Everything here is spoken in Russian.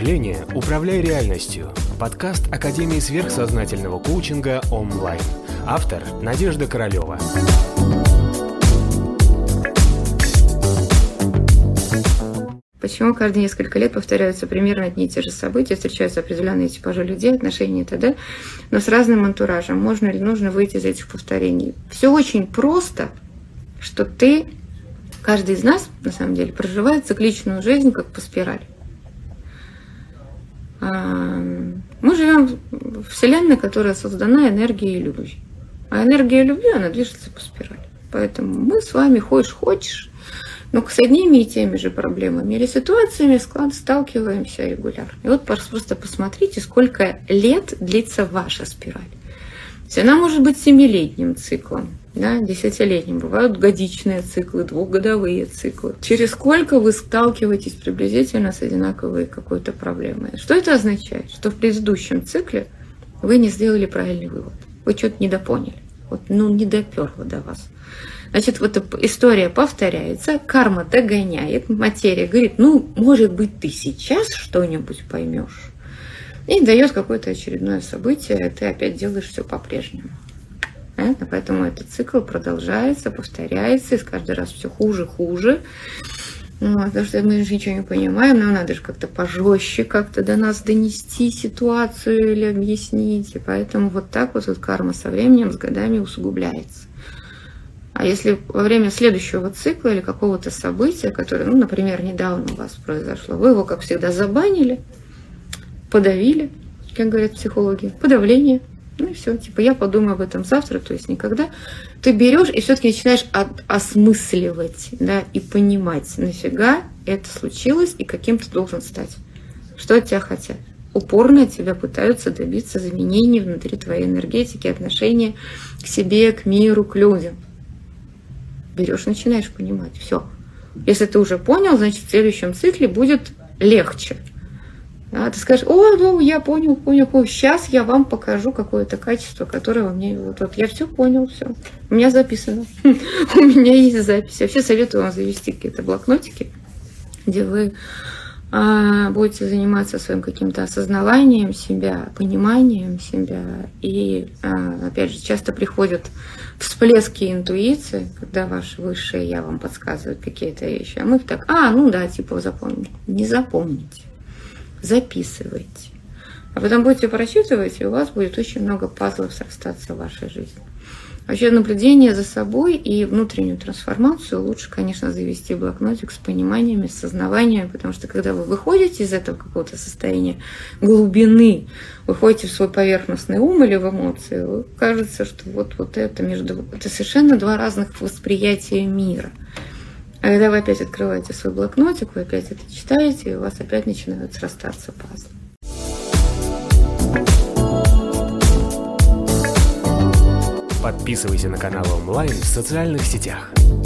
мышления управляй реальностью. Подкаст Академии сверхсознательного коучинга онлайн. Автор Надежда Королева. Почему каждые несколько лет повторяются примерно одни и те же события, встречаются определенные типажи людей, отношения и т.д., но с разным антуражем. Можно или нужно выйти из этих повторений? Все очень просто, что каждый из нас, на самом деле, проживает цикличную жизнь как по спирали. Мы живем в Вселенной, которая создана энергией любви. А энергия любви, она движется по спирали. Поэтому мы с вами хочешь, но с одними и теми же проблемами или ситуациями сталкиваемся регулярно. И вот просто посмотрите, сколько лет длится ваша спираль. То есть она может быть 7-летним циклом, да, 10-летним. Бывают годичные циклы, 2-годовые циклы. Через сколько вы сталкиваетесь приблизительно с одинаковой какой-то проблемой. Что это означает? Что в предыдущем цикле вы не сделали правильный вывод. Вы что-то недопоняли. Не доперло до вас. Значит, вот эта история повторяется, карма догоняет, материя говорит, может быть, ты сейчас что-нибудь поймешь. И дает какое-то очередное событие, и ты опять делаешь все по-прежнему. Понятно? Поэтому этот цикл продолжается, повторяется, и каждый раз все хуже. Потому что мы же ничего не понимаем, нам надо же как-то пожестче как-то до нас донести ситуацию или объяснить. И поэтому вот так вот карма со временем, с годами усугубляется. А если во время следующего цикла или какого-то события, которое, например, недавно у вас произошло, вы его, как всегда, забанили, подавили, как говорят психологи, подавление, и все, я подумаю об этом завтра, то есть никогда. Ты берешь и все-таки начинаешь осмысливать, да, и понимать, нафига это случилось и каким ты должен стать. Что от тебя хотят. Упорно от тебя пытаются добиться изменений внутри твоей энергетики, отношения к себе, к миру, к людям. Берешь, начинаешь понимать. Все. Если ты уже понял, значит, в следующем цикле будет легче. Да, ты скажешь, я понял. Сейчас я вам покажу какое-то качество, которое во мне... Я все понял, все. У меня записано. У меня есть запись. Вообще советую вам завести какие-то блокнотики, где вы будете заниматься своим каким-то осознаванием себя, пониманием себя. И, опять же, часто приходят всплески интуиции, когда ваше высшее я вам подсказывает какие-то вещи. А мы их так, запомнить. Не запомните. Записывайте. А потом будете прочитывать, и у вас будет очень много пазлов срастаться в вашей жизни. Вообще наблюдение за собой и внутреннюю трансформацию лучше, конечно, завести блокнотик с пониманиями, с сознаванием, потому что когда вы выходите из этого какого-то состояния глубины, выходите в свой поверхностный ум или в эмоции, кажется, что это совершенно два разных восприятия мира. А когда вы опять открываете свой блокнотик, вы опять это читаете, и у вас опять начинают срастаться пазлы. Подписывайся на канал онлайн в социальных сетях.